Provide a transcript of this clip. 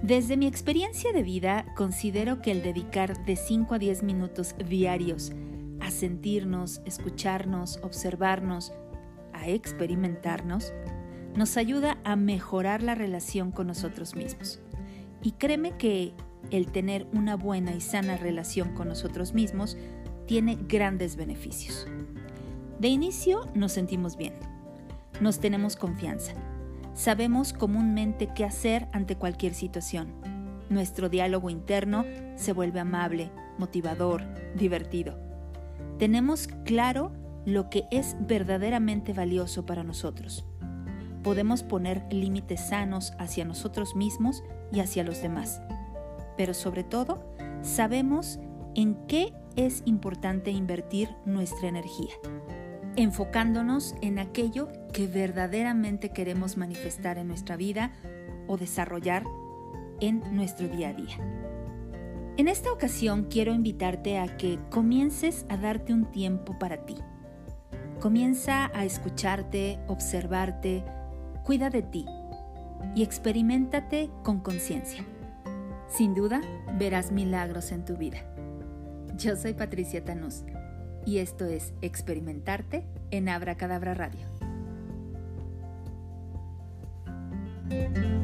Desde mi experiencia de vida, considero que el dedicar de 5 a 10 minutos diarios a sentirnos, escucharnos, observarnos, a experimentarnos, nos ayuda a mejorar la relación con nosotros mismos. Y créeme que el tener una buena y sana relación con nosotros mismos tiene grandes beneficios. De inicio nos sentimos bien, nos tenemos confianza, sabemos comúnmente qué hacer ante cualquier situación. Nuestro diálogo interno se vuelve amable, motivador, divertido. Tenemos claro lo que es verdaderamente valioso para nosotros. Podemos poner límites sanos hacia nosotros mismos y hacia los demás. Pero sobre todo, sabemos en qué es importante invertir nuestra energía, enfocándonos en aquello que verdaderamente queremos manifestar en nuestra vida o desarrollar en nuestro día a día. En esta ocasión quiero invitarte a que comiences a darte un tiempo para ti. Comienza a escucharte, observarte, cuida de ti y experiméntate con conciencia. Sin duda, verás milagros en tu vida. Yo soy Patricia Tanús y esto es Experimentarte en Abracadabra Radio.